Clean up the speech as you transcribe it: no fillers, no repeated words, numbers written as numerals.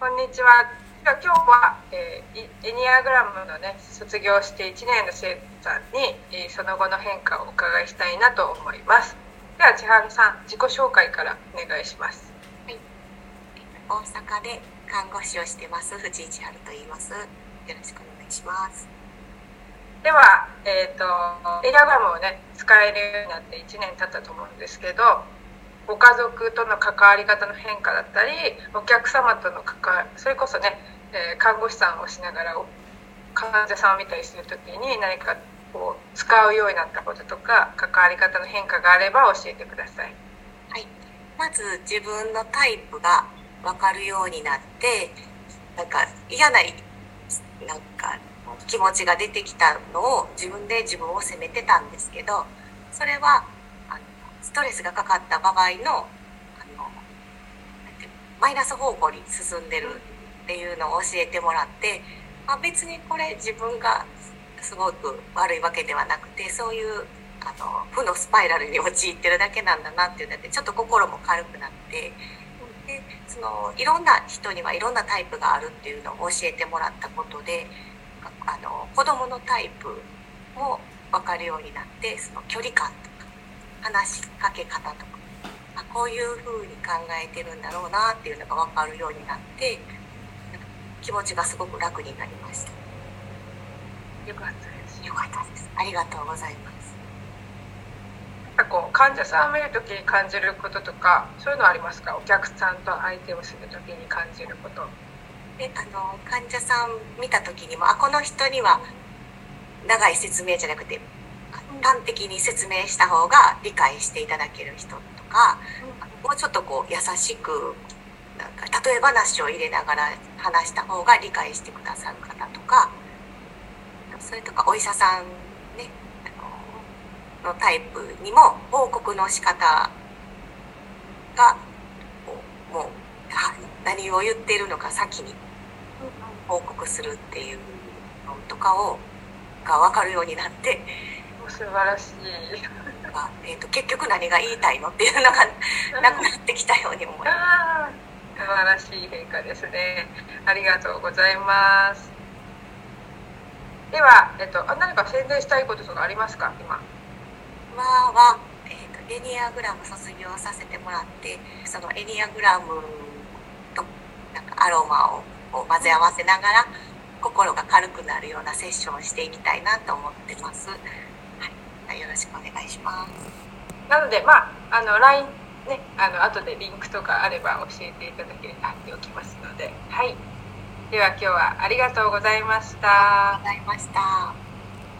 こんにちは。今日は、エニアグラムのね、卒業して1年の生徒さんに、その後の変化をお伺いしたいなと思います。では千春さん、自己紹介からお願いします。 はい、大阪で看護師をしてます藤井千春と言います。よろしくお願いします。 では、エニアグラムをね、使えるようになって1年経ったと思うんですけど、ご家族との関わり方の変化だったり、お客様との関わり、それこそね、看護師さんをしながら患者さんを見たりするときに何かこう使うようになったこととか関わり方の変化があれば教えてください。 はい、まず自分のタイプが分かるようになって、なんか嫌な気持ちが出てきたのを自分で自分を責めてたんですけど、それはストレスがかかった場合のマイナス方向に進んでるっていうのを教えてもらって、別にこれ自分がすごく悪いわけではなくて、そういう負のスパイラルに陥ってるだけなんだなっていうので、ちょっと心も軽くなって、でいろんな人にはいろんなタイプがあるっていうのを教えてもらったことで、子どものタイプも分かるようになって、その距離感とか話しかけ方とか、こういうふうに考えてるんだろうなっていうのが分かるようになって、気持ちがすごく楽になりました。 よかったです。 よかったです。ありがとうございます。 患者さんを見るときに感じることとか、そういうのありますか？お客さんと相手をするときに感じること。 で、患者さん見たときにも、この人には長い説明じゃなくて端的に説明した方が理解していただける人とか、もうちょっと優しく例え話を入れながら話した方が理解してくださる方とか、それとかお医者さんね、のタイプにも報告の仕方がもう何を言っているのか先に報告するっていうのとかが分かるようになって、 素晴らしい。 結局何が言いたいのっていうのがなくなってきたように思います。 素晴らしい変化ですね。ありがとうございます。では、何か宣伝したいこととかありますか？今は、エニアグラム卒業させてもらって、そのエニアグラムとアロマを混ぜ合わせながら心が軽くなるようなセッションをしていきたいなと思ってます。はい、よろしくお願いします。 なので、LINE ね、後でリンクとかあれば教えていただければ貼っておきますので、はい。では今日はありがとうございました。 ありがとうございました。